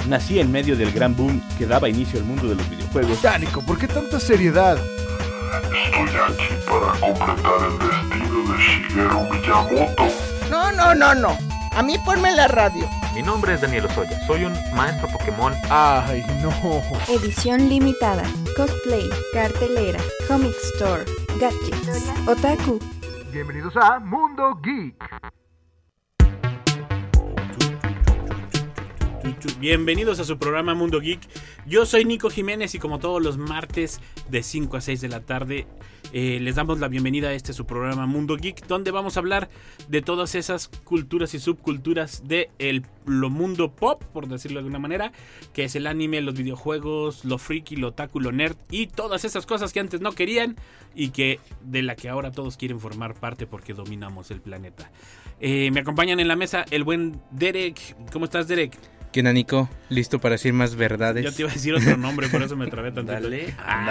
Nací en medio del gran boom que daba inicio al mundo de los videojuegos. Nico, ¿por qué tanta seriedad? Estoy aquí para completar el destino de Shigeru Miyamoto. No. A mí ponme la radio. Mi nombre es Daniel Osoya, soy un maestro Pokémon. Ay, no. Edición limitada, cosplay, cartelera, comic store, gadgets, otaku. Bienvenidos a Mundo Geek. Bienvenidos a su programa Mundo Geek. Yo soy Nico Jiménez y como todos los martes de 5 a 6 de la tarde les damos la bienvenida a su programa Mundo Geek, donde vamos a hablar de todas esas culturas y subculturas de lo mundo pop, por decirlo de alguna manera, que es el anime, los videojuegos, lo friki, lo otaku, lo nerd y todas esas cosas que antes no querían y que de la que ahora todos quieren formar parte porque dominamos el planeta. Me acompañan en la mesa el buen Derek. ¿Cómo estás, Derek? ¿Qué onda, Nico? ¿Listo para decir más verdades? Yo te iba a decir otro nombre, por eso me trabé tanto. Dale.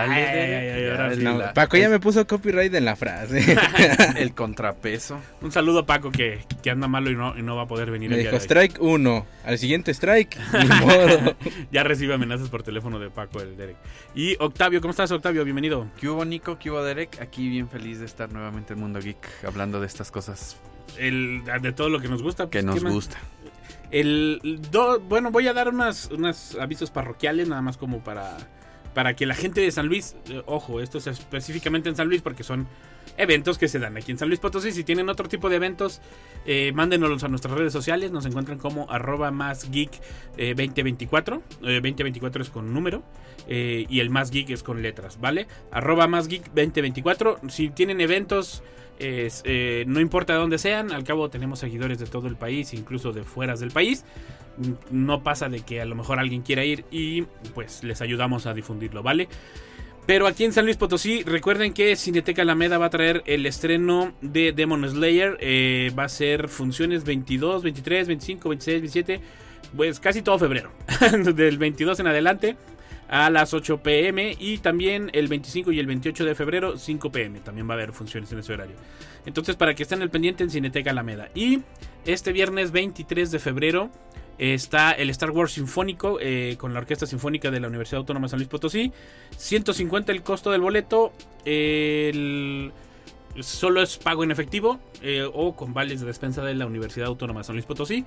Paco ya me puso copyright en la frase. El contrapeso. Un saludo a Paco que anda malo y no va a poder venir. Me dijo strike 1, al siguiente strike, ni modo. Ya recibe amenazas por teléfono de Paco, el Derek. Y Octavio, ¿cómo estás, Octavio? Bienvenido. ¿Qué hubo, Nico? ¿Qué hubo, Derek? Aquí bien feliz de estar nuevamente en Mundo Geek, hablando de estas cosas. De todo lo que nos gusta. Que nos gusta. Bueno, voy a dar unos avisos parroquiales, nada más como para que la gente de San Luis, ojo, esto es específicamente en San Luis porque son eventos que se dan aquí en San Luis Potosí. Si tienen otro tipo de eventos, mándenos a nuestras redes sociales. Nos encuentran como @másgeek2024. 2024 es con número y el más geek es con letras, ¿vale? @másgeek2024. Si tienen eventos, no importa de dónde sean, al cabo tenemos seguidores de todo el país, incluso de fuera del país. No pasa de que a lo mejor alguien quiera ir y pues les ayudamos a difundirlo, ¿vale? Pero aquí en San Luis Potosí, recuerden que Cineteca Alameda va a traer el estreno de Demon Slayer. Va a ser funciones 22, 23, 25, 26, 27, pues casi todo febrero. Del 22 en adelante a las 8 p.m. y también el 25 y el 28 de febrero 5 p.m. También va a haber funciones en ese horario. Entonces, para que estén al pendiente en Cineteca Alameda. Y este viernes 23 de febrero está el Star Wars Sinfónico con la Orquesta Sinfónica de la Universidad Autónoma de San Luis Potosí. 150 el costo del boleto. Solo es pago en efectivo o con vales de despensa de la Universidad Autónoma de San Luis Potosí.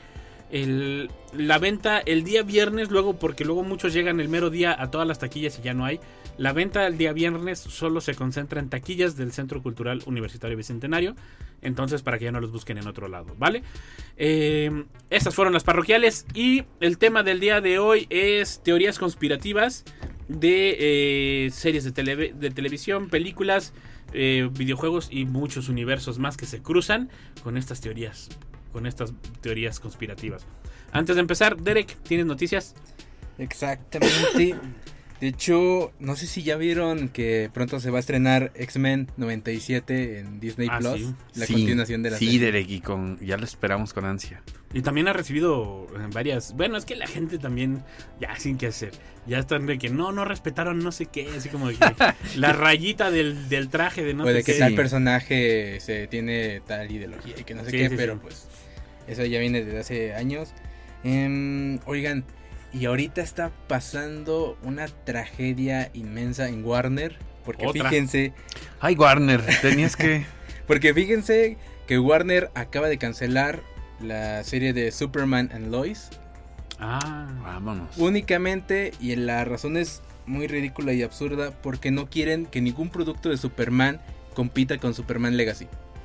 La venta el día viernes, porque luego muchos llegan el mero día a todas las taquillas y ya no hay. La venta el día viernes solo se concentra en taquillas del Centro Cultural Universitario Bicentenario. Entonces, para que ya no los busquen en otro lado, ¿vale? Estas fueron las parroquiales. Y el tema del día de hoy es teorías conspirativas de series de televisión, películas, videojuegos y muchos universos más que se cruzan con estas teorías conspirativas. Antes de empezar, Derek, ¿tienes noticias? Exactamente. De hecho, no sé si ya vieron que pronto se va a estrenar X-Men 97 en Disney Plus, sí. La continuación de la serie. Sí, Derek, ya lo esperamos con ansia. Y también ha recibido varias. Bueno, es que la gente también, ya sin qué hacer, ya están de que no respetaron no sé qué, así como de que la rayita del traje de no sé qué. O de que tal personaje se tiene tal ideología y que no sé qué, pero pues eso ya viene desde hace años. Oigan, y ahorita está pasando una tragedia inmensa en Warner. Porque fíjense. Ay, Warner, tenías que. Porque fíjense que Warner acaba de cancelar la serie de Superman and Lois. Vámonos. Únicamente, y la razón es muy ridícula y absurda, porque no quieren que ningún producto de Superman compita con Superman Legacy.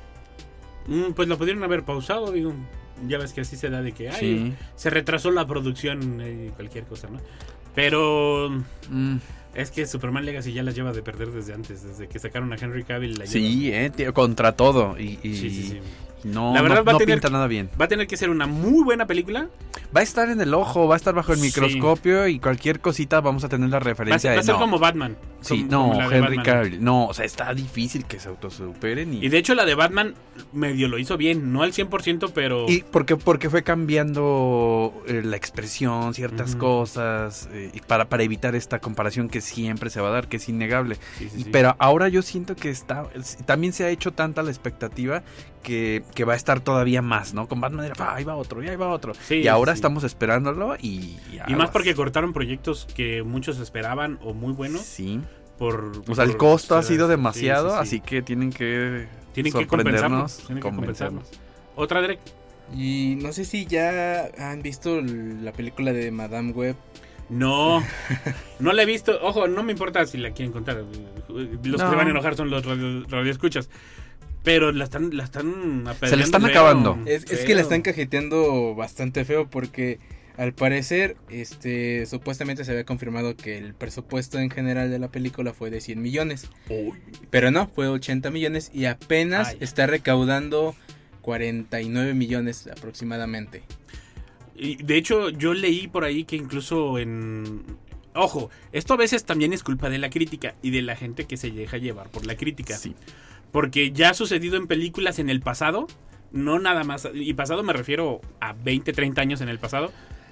Pues lo pudieron haber pausado, digo. Ya ves que así se da de que se retrasó la producción y cualquier cosa, ¿no? Pero es que Superman Legacy ya la lleva de perder desde antes, desde que sacaron a Henry Cavill. Tío, contra todo. Sí. No, la verdad no pinta nada bien. Va a tener que ser una muy buena película. Va a estar en el ojo, va a estar bajo el microscopio y cualquier cosita vamos a tener la referencia. Va a ser como Batman. Sí, como Henry Cavill. No, o sea, está difícil que se autosuperen. Y de hecho la de Batman medio lo hizo bien, no al 100%, pero... Y porque fue cambiando la expresión, ciertas cosas, y para evitar esta comparación que siempre se va a dar, que es innegable. Sí. Pero ahora yo siento que también se ha hecho tanta la expectativa que va a estar todavía más, ¿no? Con Batman era, ahí va otro, y ahí va otro. Sí, y ahora sí. estamos esperándolo y más porque cortaron proyectos que muchos esperaban o muy buenos. Sí. O sea, el costo ha sido sí, demasiado, sí, sí. así que tienen que compensarnos. convencernos. Otra, Derek. Y no sé si ya han visto la película de Madame Web. No la he visto. Ojo, no me importa si la quieren contar. Los que se van a enojar son los radioescuchas. Pero la están apedreando. Se la están feo. acabando. Es que la están cajeteando bastante feo porque al parecer supuestamente se había confirmado que el presupuesto en general de la película fue de 100 millones. Pero no, fue 80 millones y apenas está recaudando 49 millones aproximadamente. Y de hecho yo leí por ahí que incluso Ojo, esto a veces también es culpa de la crítica y de la gente que se deja llevar por la crítica. Sí. Porque ya ha sucedido en películas en el pasado, no nada más, y pasado me refiero a 20, 30 años en el pasado,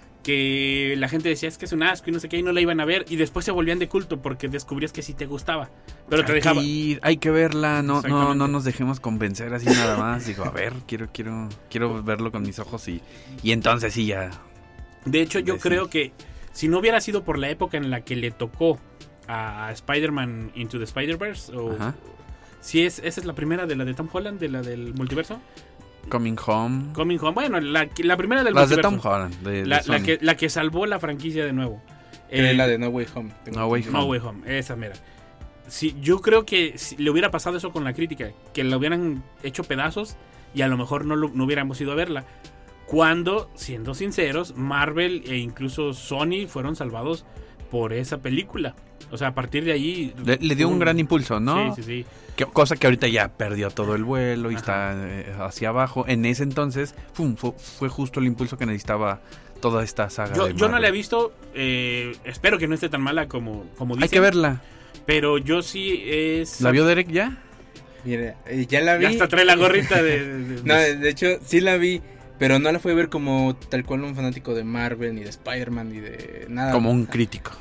que la gente decía es que es un asco y no sé qué, y no la iban a ver, y después se volvían de culto porque descubrías que sí te gustaba. Pero te dejaba. Hay que verla, no nos dejemos convencer así nada más. Digo, a ver, quiero verlo con mis ojos y entonces sí ya. De hecho, yo creo que si no hubiera sido por la época en la que le tocó a Spider-Man Into the Spider-Verse, si esa es la primera de la de Tom Holland, de la del multiverso. Coming Home. Bueno, la primera del Las multiverso. de Tom Holland. La que salvó la franquicia de nuevo. La de No Way Home. No Way Home, esa mera. Sí, yo creo que si le hubiera pasado eso con la crítica, que la hubieran hecho pedazos y a lo mejor no hubiéramos ido a verla. Cuando, siendo sinceros, Marvel e incluso Sony fueron salvados por esa película. O sea, a partir de ahí... Le dio un gran impulso, ¿no? Sí. Cosa que ahorita ya perdió todo el vuelo y está hacia abajo. En ese entonces, fue justo el impulso que necesitaba toda esta saga. Yo no la he visto. Espero que no esté tan mala como dicen. Hay que verla. Pero yo sí ¿La vio Derek ya? Mira, ya la vi. Ya hasta trae la gorrita No, de hecho, sí la vi. Pero no la fui a ver como tal cual un fanático de Marvel, ni de Spider-Man, ni de nada. Como un crítico.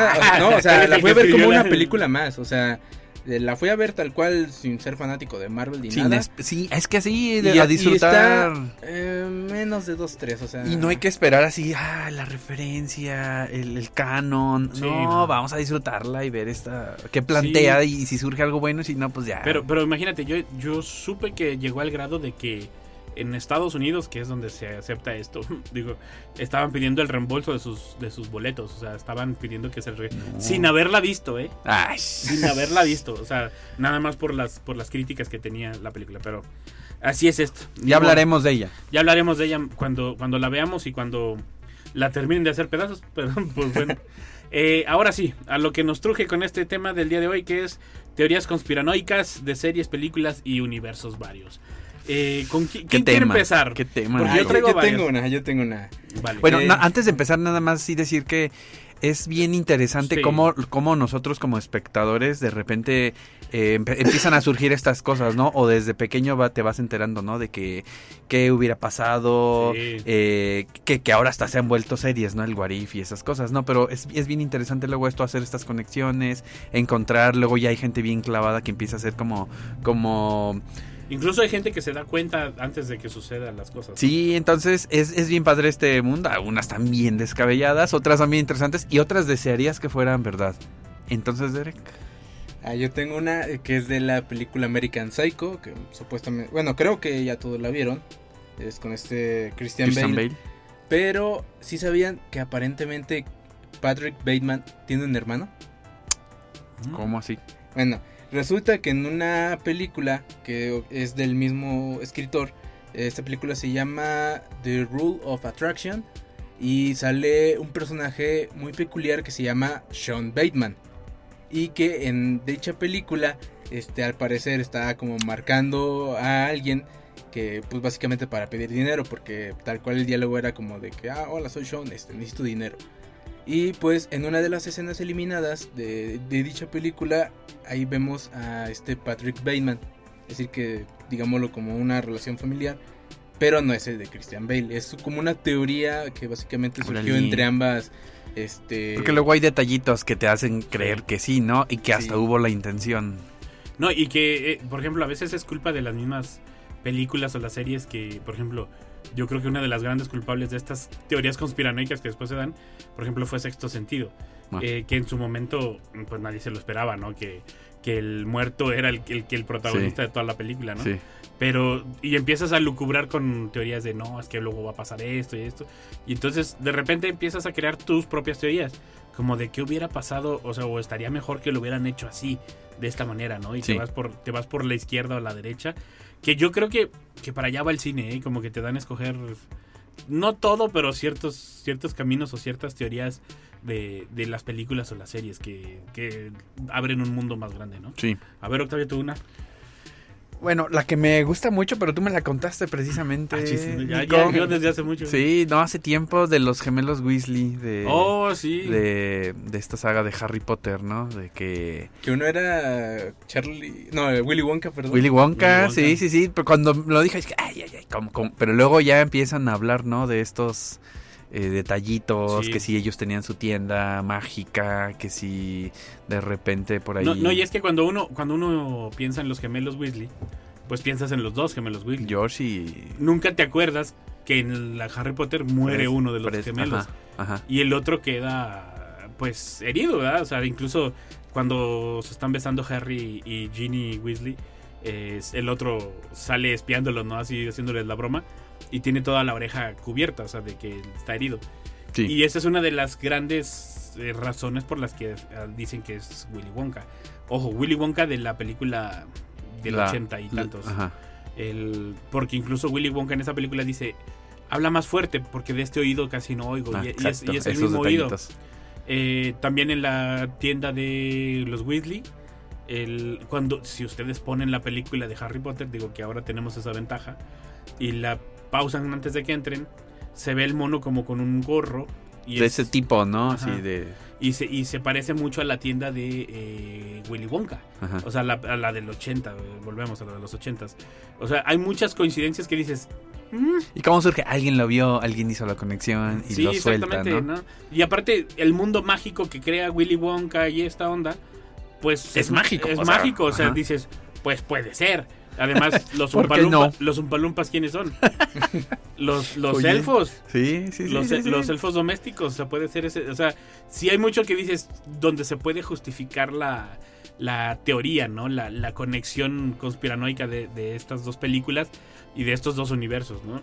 O sea, la fui a ver como una película más. O sea, la fui a ver tal cual sin ser fanático de Marvel ni nada. Sí, es que así, a disfrutar. Y está, menos de 2-3, o sea. Y no hay que esperar así, la referencia, el canon. Sí, no, vamos a disfrutarla y ver qué plantea y si surge algo bueno, si no, pues ya. Pero imagínate, yo supe que llegó al grado de que en Estados Unidos, que es donde se acepta esto, estaban pidiendo el reembolso de sus boletos. O sea, estaban pidiendo que sin haberla visto, sin haberla visto. O sea, nada más por las críticas que tenía la película. Pero así es esto. Ya hablaremos de ella. Ya hablaremos de ella cuando la veamos y cuando la terminen de hacer pedazos. Pero pues bueno. Ahora sí, a lo que nos truje con este tema del día de hoy, que es teorías conspiranoicas de series, películas y universos varios. ¿Quién quiere empezar? ¿Qué tema? Porque yo tengo una. Vale. Bueno, antes de empezar nada más sí decir que es bien interesante cómo nosotros como espectadores de repente empiezan a surgir estas cosas, ¿no? O desde pequeño te vas enterando, ¿no? De qué hubiera pasado, que ahora hasta se han vuelto series, ¿no? El What If y esas cosas, ¿no? Pero es bien interesante luego esto, hacer estas conexiones, encontrar, luego ya hay gente bien clavada que empieza a hacer como incluso hay gente que se da cuenta antes de que sucedan las cosas. Sí, entonces es bien padre este mundo. Algunas están bien descabelladas, otras también interesantes y otras desearías que fueran verdad. Entonces, Derek. Yo tengo una que es de la película American Psycho, que supuestamente, bueno, creo que ya todos la vieron. Es con Christian Bale. Pero sí sabían que aparentemente Patrick Bateman tiene un hermano. ¿Cómo así? Bueno, resulta que en una película que es del mismo escritor, esta película se llama The Rule of Attraction y sale un personaje muy peculiar que se llama Sean Bateman y que en dicha película al parecer está como marcando a alguien que pues básicamente para pedir dinero, porque tal cual el diálogo era como de que hola, soy Sean, necesito dinero. Y pues en una de las escenas eliminadas de dicha película, ahí vemos a Patrick Bateman. Es decir que, digámoslo, como una relación familiar, pero no es el de Christian Bale. Es como una teoría que básicamente surgió entre ambas. Porque luego hay detallitos que te hacen creer que sí, ¿no? Y que hasta hubo la intención. No, y que, por ejemplo, a veces es culpa de las mismas películas o las series que, por ejemplo, yo creo que una de las grandes culpables de estas teorías conspiranoicas que después se dan, por ejemplo, fue Sexto Sentido. Que en su momento, pues nadie se lo esperaba, ¿no? Que el muerto era el protagonista de toda la película, ¿no? Sí. Pero, y empiezas a lucubrar con teorías de, no, es que luego va a pasar esto y esto. Y entonces, de repente empiezas a crear tus propias teorías. Como de qué hubiera pasado, o sea, o estaría mejor que lo hubieran hecho así, de esta manera, ¿no? Y te vas por la izquierda o la derecha. Que yo creo que para allá va el cine, ¿eh? Como que te dan a escoger, no todo, pero ciertos caminos o ciertas teorías de las películas o las series que abren un mundo más grande, ¿no? Sí. A ver, Octavio, tú una. Bueno, la que me gusta mucho, pero tú me la contaste precisamente. Ya, yo desde hace mucho. Sí, no, hace tiempo, de los gemelos Weasley. Sí. De esta saga de Harry Potter, ¿no? De que uno era Willy Wonka, perdón. Willy Wonka, sí. Pero cuando lo dije, es que, ¿cómo? Pero luego ya empiezan a hablar, ¿no? De estos detallitos, que si ellos tenían su tienda mágica, que si de repente por ahí... No, y es que cuando uno piensa en los gemelos Weasley, pues piensas en los dos gemelos Weasley. George y... Nunca te acuerdas que en la Harry Potter muere uno de los gemelos. Ajá. Y el otro queda, pues, herido, ¿verdad? O sea, incluso cuando se están besando Harry y Ginny Weasley, el otro sale espiándolo, ¿no? Así haciéndoles la broma. Y tiene toda la oreja cubierta, o sea, de que está herido. Sí. Y esa es una de las grandes razones por las que dicen que es Willy Wonka. Ojo, Willy Wonka de la película del 80 y tantos. Ajá. Porque incluso Willy Wonka en esa película dice, habla más fuerte porque de este oído casi no oigo. Y es el mismo detallitos. Oído. También en la tienda de los Weasley, si ustedes ponen la película de Harry Potter, digo que ahora tenemos esa ventaja, y la pausan antes de que entren, se ve el mono como con un gorro y de ese tipo, ¿no? Así de... y se parece mucho a la tienda de Willy Wonka. Ajá. O sea, a la del 80, volvemos a la de los 80s. O sea, hay muchas coincidencias que dices... ¿Y cómo surge? Alguien lo vio, alguien hizo la conexión y lo suelta, ¿no? Y aparte, el mundo mágico que crea Willy Wonka y esta onda, pues... Es mágico. Es mágico, o sea, dices, pues puede ser. Además, los Umpalumpas, ¿quiénes son? Los elfos. Sí. Los elfos domésticos, o sea, puede ser ese. O sea, sí hay mucho que dices donde se puede justificar la teoría, ¿no? La conexión conspiranoica de estas dos películas y de estos dos universos, ¿no?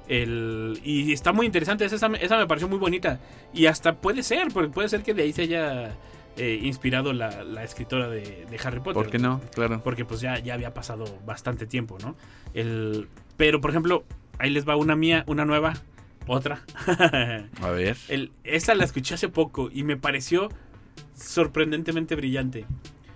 Y está muy interesante, esa me pareció muy bonita. Y hasta puede ser que de ahí se haya... inspirado la escritora de Harry Potter. ¿Por qué no? Claro. Porque pues ya había pasado bastante tiempo, ¿no? Pero, por ejemplo, ahí les va una mía, una nueva, otra. A ver. Esta la escuché hace poco y me pareció sorprendentemente brillante.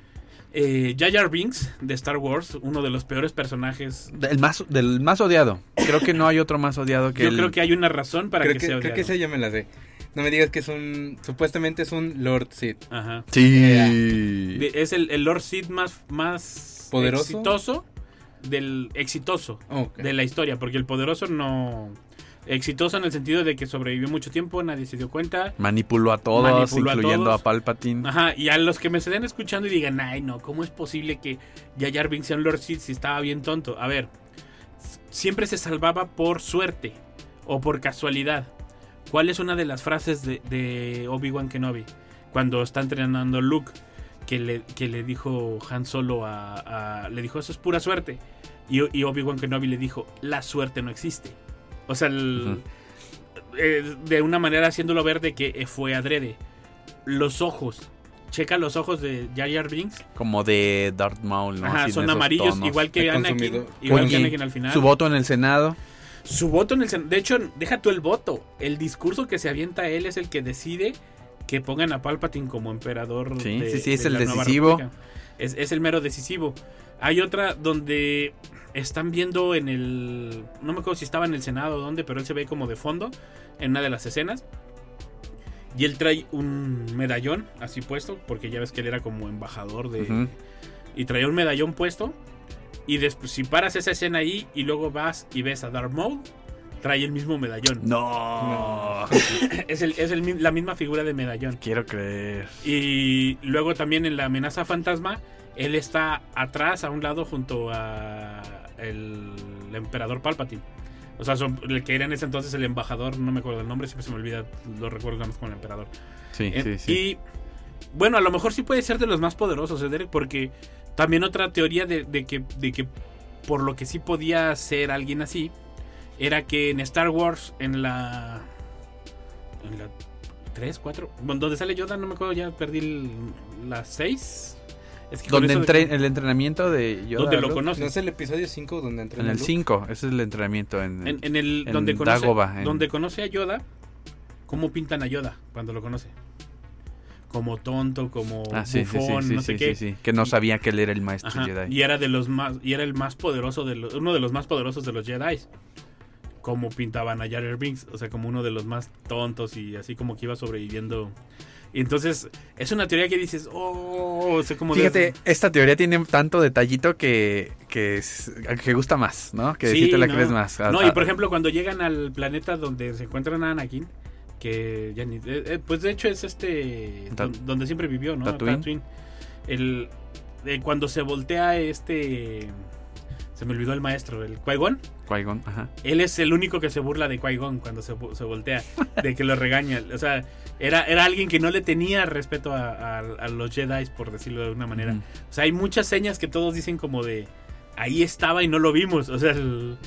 Jar Jar Binks de Star Wars, uno de los peores personajes. Del más odiado. Creo que no hay otro más odiado que Yo creo que hay una razón para que sea odiado. Creo que esa ya me la sé. No me digas que supuestamente es un Lord Sith. Ajá. Sí. Es el Lord Sith más poderoso. Exitoso de la historia, porque el poderoso no... Exitoso en el sentido de que sobrevivió mucho tiempo, nadie se dio cuenta. Manipuló a todos, incluyendo a Palpatine. Ajá, y a los que me se den escuchando y digan, ay no, ¿cómo es posible que Jar Jar Binks sea un Lord Sith si estaba bien tonto? A ver, siempre se salvaba por suerte o por casualidad. ¿Cuál es una de las frases de Obi-Wan Kenobi? Cuando está entrenando Luke, que le dijo Han Solo le dijo, eso es pura suerte. Y Obi-Wan Kenobi le dijo, la suerte no existe. O sea, de una manera haciéndolo ver de que fue adrede. Los ojos. Checa los ojos de Jar Jar Binks. Como de Darth Maul, ¿no? Ajá, son amarillos, tonos. Igual que Anakin. Igual que Anakin al final. Su voto en el Senado. De hecho, deja tú el voto. El discurso que se avienta él es el que decide que pongan a Palpatine como emperador. Sí, es el decisivo. Es el mero decisivo. Hay otra donde están viendo no me acuerdo si estaba en el Senado o dónde, pero él se ve como de fondo en una de las escenas. Y él trae un medallón así puesto, porque ya ves que él era como embajador de... Y traía un medallón puesto. Y después, si paras esa escena ahí y luego vas y ves a Darth Maul, trae el mismo medallón. No. Es la misma figura de medallón. Quiero creer. Y luego también en la amenaza fantasma, él está atrás, a un lado, junto a el emperador Palpatine. O sea, el que era en ese entonces el embajador, no me acuerdo el nombre, siempre se me olvida, lo recuerdo nada más como el emperador. Sí. Y bueno, a lo mejor sí puede ser de los más poderosos, Derek, porque también otra teoría de que por lo que sí podía ser alguien así, era que en Star Wars, en la 3, 4, donde sale Yoda, no me acuerdo, ya perdí la 6. Es que donde el entrenamiento de Yoda. Donde lo conoce. ¿No es el episodio 5 donde entrena En el Luke? 5, ese es el entrenamiento. En donde Dagobah. Donde conoce a Yoda, ¿cómo pintan a Yoda cuando lo conoce? Como tonto, como bufón, no sé qué. Sí. Que no sabía que él era el maestro Jedi. Y era el más poderoso uno de los más poderosos de los Jedi. Como pintaban a Jar Jar Binks, o sea, como uno de los más tontos y así como que iba sobreviviendo. Y entonces es una teoría que dices, o sea, como fíjate, esta teoría tiene tanto detallito que gusta más, ¿no? Que sí te la crees más. No, y por ejemplo, cuando llegan al planeta donde se encuentran a Anakin, que ya ni, pues de hecho es donde siempre vivió, ¿no? Tatooine. Cuando se voltea se me olvidó el maestro, el Qui-Gon. Qui-Gon, ajá. Él es el único que se burla de Qui-Gon cuando se voltea, de que lo regaña. O sea, era alguien que no le tenía respeto a los Jedi, por decirlo de una manera. O sea, hay muchas señas que todos dicen como de ahí estaba y no lo vimos. O sea,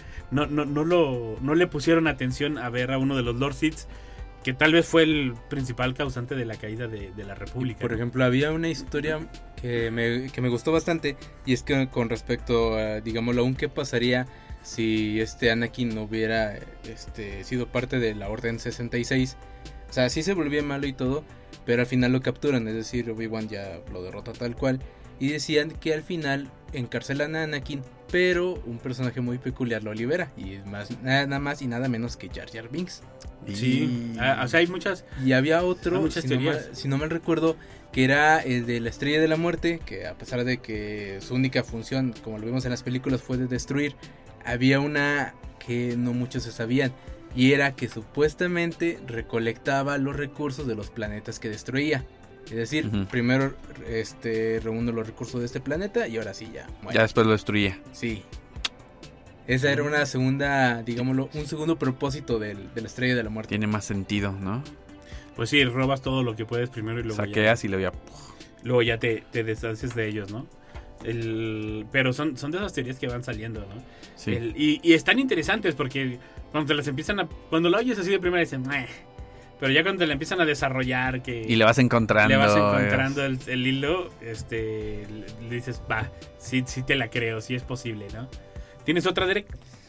no le pusieron atención a ver a uno de los Lord Sith, que tal vez fue el principal causante de la caída de la República. Por ejemplo, había una historia que me gustó bastante, y es que con respecto a, digámoslo, aún qué pasaría si Anakin no hubiera sido parte de la Orden 66. O sea, sí se volvía malo y todo, pero al final lo capturan, es decir, Obi-Wan ya lo derrota tal cual, y decían que al final encarcelan a Anakin, pero un personaje muy peculiar lo libera, y es nada más y nada menos que Jar Jar Binks. Sí, o sea, hay muchas. Y había otro, muchas teorías. Si no mal recuerdo, que era el de la Estrella de la Muerte, que a pesar de que su única función, como lo vimos en las películas, fue de destruir, había una que no muchos se sabían, y era que supuestamente recolectaba los recursos de los planetas que destruía. Es decir, primero reúno los recursos de este planeta y ahora sí ya muere. Ya después lo destruía. Sí. Esa era una segunda, digámoslo, un segundo propósito de la Estrella de la Muerte. Tiene más sentido, ¿no? Pues sí, robas todo lo que puedes primero y luego saqueas y luego ya te deshaces de ellos, ¿no? Pero son de esas teorías que van saliendo, ¿no? Sí. Y están interesantes porque cuando te las cuando lo oyes así de primera dicen, pero ya cuando te la empiezan a desarrollar y le vas encontrando el hilo, le dices, sí te la creo, sí es posible, ¿no? ¿Tienes otra, Derek?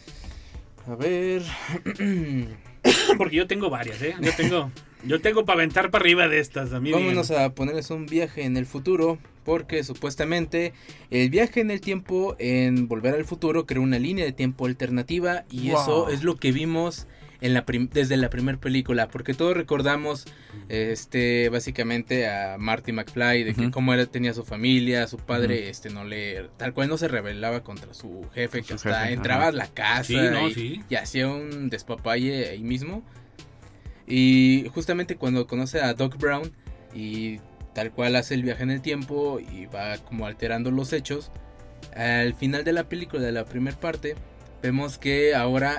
A ver. Porque yo tengo varias, ¿eh? Yo tengo para aventar para arriba de estas. Vámonos a ponerles un viaje en el futuro, porque supuestamente el viaje en el tiempo en Volver al Futuro creó una línea de tiempo alternativa, y eso es lo que vimos desde la primera película, porque todos recordamos básicamente a Marty McFly, de que cómo tenía su familia, su padre tal cual no se rebelaba contra su jefe, que hasta entraba a la casa y hacía un despapalle ahí mismo. Y justamente cuando conoce a Doc Brown y tal cual hace el viaje en el tiempo y va como alterando los hechos, al final de la película, de la primera parte, vemos que ahora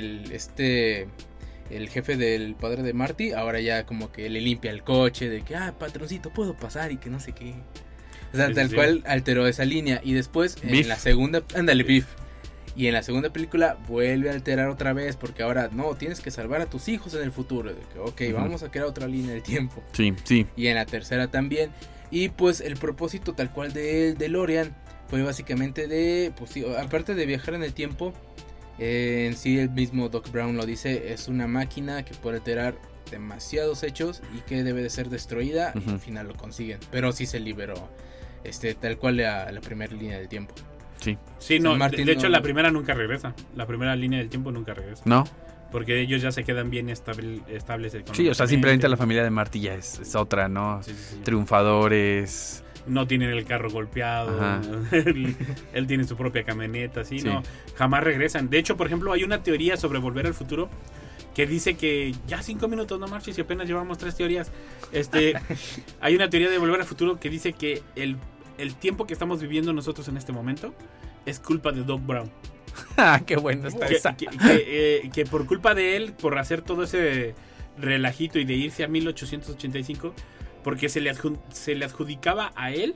el jefe del padre de Marty ahora ya como que le limpia el coche, de que patroncito, puedo pasar, y que no sé qué. O sea, tal cual alteró esa línea. Y después en la segunda, Beef. Y en la segunda película vuelve a alterar otra vez, porque ahora no, tienes que salvar a tus hijos en el futuro. De que, vamos a crear otra línea de tiempo. Sí. Y en la tercera también. Y pues el propósito tal cual de DeLorean fue básicamente aparte de viajar en el tiempo, en sí el mismo Doc Brown lo dice, es una máquina que puede alterar demasiados hechos y que debe de ser destruida, y al final lo consiguen. Pero sí se liberó tal cual la primera línea del tiempo. Sí, no, de hecho la primera nunca regresa. La primera línea del tiempo nunca regresa. ¿No? Porque ellos ya se quedan bien estables. Sí, o sea, simplemente la familia de Marty ya es otra, ¿no? Sí. Triunfadores. No tienen el carro golpeado. Él tiene su propia camioneta, sí. No, jamás regresan. De hecho, por ejemplo, hay una teoría sobre Volver al Futuro que dice que ya 5 minutos, no marches, y apenas llevamos 3 teorías. Hay una teoría de Volver al Futuro que dice que el tiempo que estamos viviendo nosotros en este momento es culpa de Doc Brown. Qué bueno está esa. Que por culpa de él, por hacer todo ese relajito y de irse a 1885, porque se le adjudicaba a él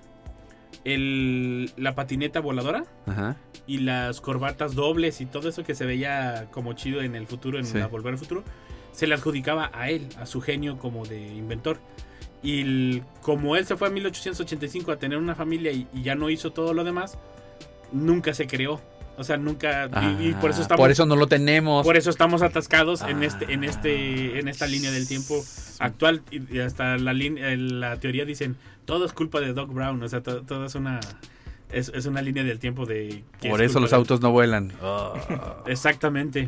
la patineta voladora. Ajá. Y las corbatas dobles y todo eso que se veía como chido en el futuro, en la Volver al Futuro, se le adjudicaba a él, a su genio como de inventor. Y como él se fue a 1885 a tener una familia y ya no hizo todo lo demás, nunca se creó. O sea, nunca... y por eso estamos... Por eso no lo tenemos. Por eso estamos atascados en esta línea del tiempo actual. Y hasta la teoría dicen, todo es culpa de Doc Brown. O sea, todo es una... Es una línea del tiempo de... Por eso los autos no vuelan. Exactamente.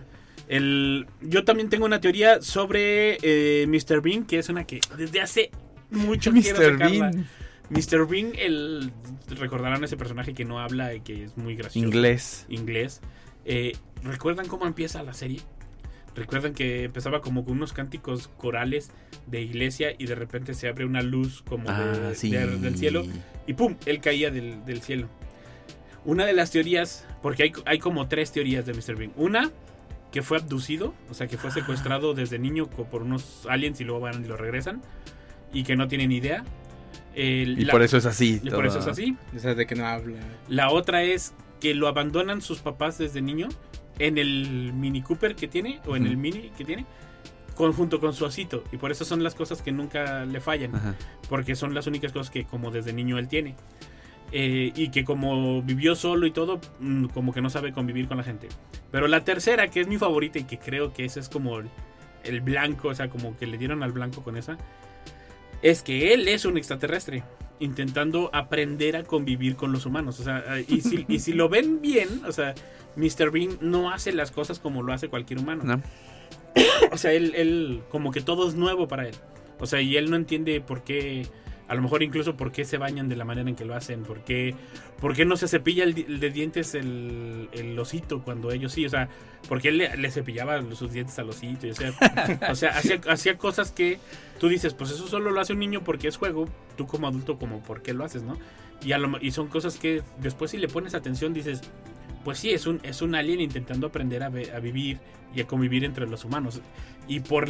Yo también tengo una teoría sobre Mr. Bean, que es una que desde hace mucho quiero sacarla. Mr. Bean, recordarán ese personaje que no habla y que es muy gracioso. Inglés. ¿Recuerdan cómo empieza la serie? ¿Recuerdan que empezaba como con unos cánticos corales de iglesia y de repente se abre una luz como del cielo y ¡pum! Él caía del cielo. Una de las teorías, porque hay como 3 teorías de Mr. Bean. Una, que fue abducido, o sea, que fue secuestrado desde niño por unos aliens y luego van y lo regresan y que no tienen idea. Por eso es así. Y por eso es así. O sea, de que no habla. La otra es que lo abandonan sus papás desde niño en el Mini Cooper que tiene, o en el Mini que tiene, junto con su osito. Y por eso son las cosas que nunca le fallan. Ajá. Porque son las únicas cosas que como desde niño él tiene. Y que como vivió solo y todo, como que no sabe convivir con la gente. Pero la tercera, que es mi favorita y que creo que ese es como el blanco, o sea, como que le dieron al blanco con esa, es que él es un extraterrestre intentando aprender a convivir con los humanos. O sea, y si lo ven bien, o sea, Mr. Bean no hace las cosas como lo hace cualquier humano. No. O sea, él como que todo es nuevo para él. O sea, y él no entiende por qué, a lo mejor incluso por qué se bañan de la manera en que lo hacen, por qué no se cepilla el de dientes el osito cuando ellos sí, o sea, porque él le cepillaba sus dientes al osito, o sea, hacía cosas que tú dices, pues eso solo lo hace un niño porque es juego, tú como adulto como por qué lo haces, ¿no? Y son cosas que después si le pones atención dices, pues sí, es un alien intentando aprender a vivir y a convivir entre los humanos. Y por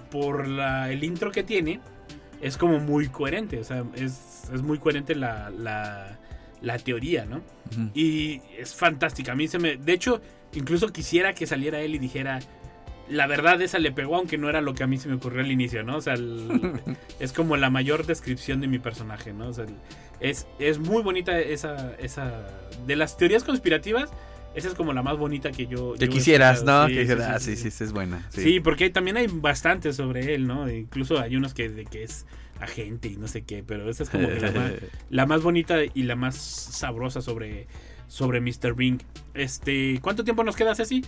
el intro que tiene, es como muy coherente, o sea, es muy coherente la teoría, ¿no? Uh-huh. Y es fantástica. A mí de hecho, incluso quisiera que saliera él y dijera, la verdad esa le pegó, aunque no era lo que a mí se me ocurrió al inicio, ¿no? O sea, es como la mayor descripción de mi personaje, ¿no? O sea, es muy bonita esa de las teorías conspirativas. Esa es como la más bonita que yo quisieras, ¿no? Sí, que dijeras, sí, es buena. Sí, porque también hay bastantes sobre él, ¿no? Incluso hay unos de que es agente y no sé qué, pero esa es como que la más bonita y la más sabrosa sobre Mr. Bean. ¿Cuánto tiempo nos queda, Ceci?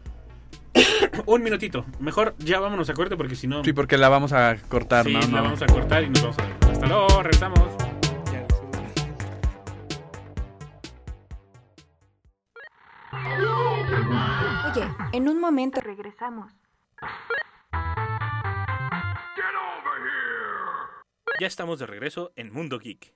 Un minutito. Mejor ya vámonos a corte porque si no... Sí, porque la vamos a cortar, sí, ¿no? la vamos a cortar y nos vamos a ver. Hasta luego, regresamos. Oye, en un momento regresamos. Ya estamos de regreso en Mundo Geek.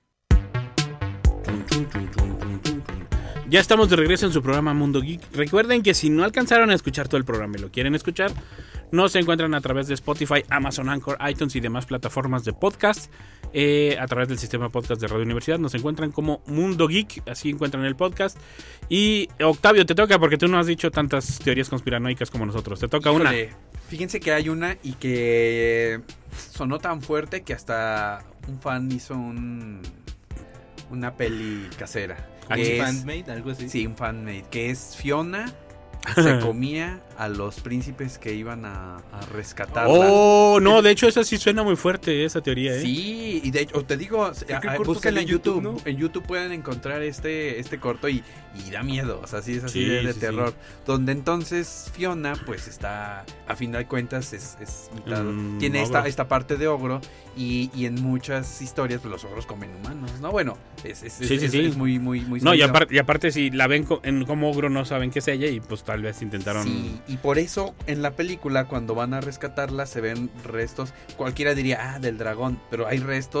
Ya estamos de regreso en su programa Mundo Geek. Recuerden que si no alcanzaron a escuchar todo el programa y lo quieren escuchar, nos encuentran a través de Spotify, Amazon, Anchor, iTunes y demás plataformas de podcast. A través del sistema podcast de Radio Universidad nos encuentran como Mundo Geek, así encuentran el podcast. Y Octavio, te toca porque tú no has dicho tantas teorías conspiranoicas como nosotros. Te toca una. Fíjense que hay una y que sonó tan fuerte que hasta un fan hizo una peli casera. ¿Un fanmade? ¿Algo así? Sí, un fanmade. Que es Fiona se comía a los príncipes que iban a rescatarla. Oh, no, de hecho esa sí suena muy fuerte, esa teoría, ¿eh? Sí, y de hecho, te digo, búsquenla en YouTube, ¿no? En YouTube pueden encontrar este corto y da miedo, o sea, sí es así de terror. Donde entonces Fiona, pues está, a fin de cuentas, es mitad, tiene esta parte de ogro y en muchas historias, pues los ogros comen humanos, ¿no? Bueno, es muy, muy, muy... No, y aparte si la ven como ogro no saben qué es ella y pues tal vez intentaron... Sí, y por eso en la película cuando van a rescatarla se ven restos, cualquiera diría, del dragón, pero hay restos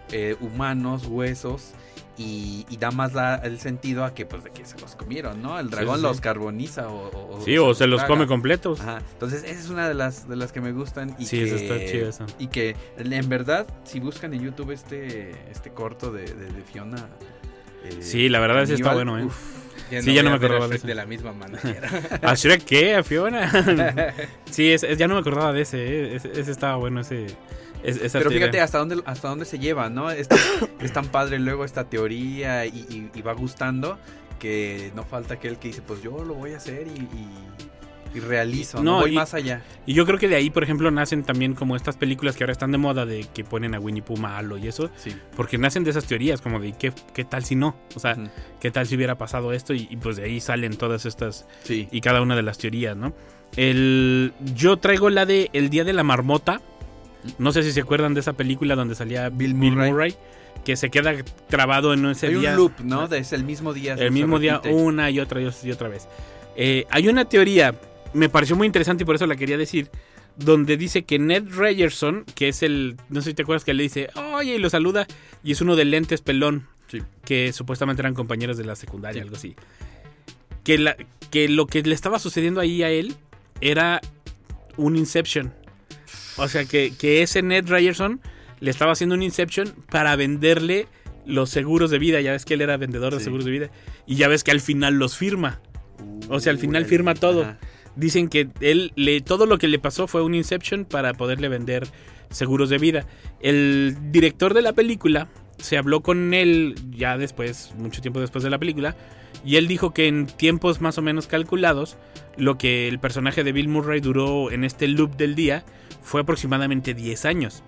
humanos, huesos, y da más el sentido a que pues de que se los comieron, ¿no? El dragón los carboniza o se los come completos. Ajá. Entonces esa es una de las que me gustan y sí, que, eso está chido eso. Y que en verdad si buscan en YouTube este corto de Fiona, sí, la verdad sí está bueno, ya no me acordaba de la misma manera. ¿A Shrek qué? ¿A Fiona? Sí, ya no me acordaba de ese, ese estaba bueno, esa pero teoría. fíjate hasta dónde se lleva, ¿no? Es tan padre luego esta teoría y va gustando que no falta aquel que dice, pues yo lo voy a hacer y realizo, no voy más allá. Y yo creo que de ahí, por ejemplo, nacen también como estas películas que ahora están de moda de que ponen a Winnie Pooh malo y eso, sí. Porque nacen de esas teorías como de ¿qué tal si no? O sea, ¿qué tal si hubiera pasado esto? Y pues de ahí salen todas estas y cada una de las teorías, ¿no? Yo traigo la de El Día de la Marmota. No sé si se acuerdan de esa película donde salía Bill Murray, que se queda trabado en ese día. Hay un loop, ¿no? Es el mismo día. El mismo día, una y otra vez. Hay una teoría, me pareció muy interesante y por eso la quería decir, donde dice que Ned Ryerson, que es no sé si te acuerdas que le dice, oye, y lo saluda, y es uno de lentes pelón, que supuestamente eran compañeros de la secundaria, algo así. Que lo que le estaba sucediendo ahí a él era un Inception. O sea, que ese Ned Ryerson le estaba haciendo un Inception para venderle los seguros de vida. Ya ves que él era vendedor de seguros de vida. Y ya ves que al final los firma. O sea, al final firma todo. Ajá. Dicen que todo lo que le pasó fue un Inception para poderle vender seguros de vida. El director de la película se habló con él ya después, mucho tiempo después de la película. Y él dijo que en tiempos más o menos calculados, lo que el personaje de Bill Murray duró en este loop del día fue aproximadamente 10 años.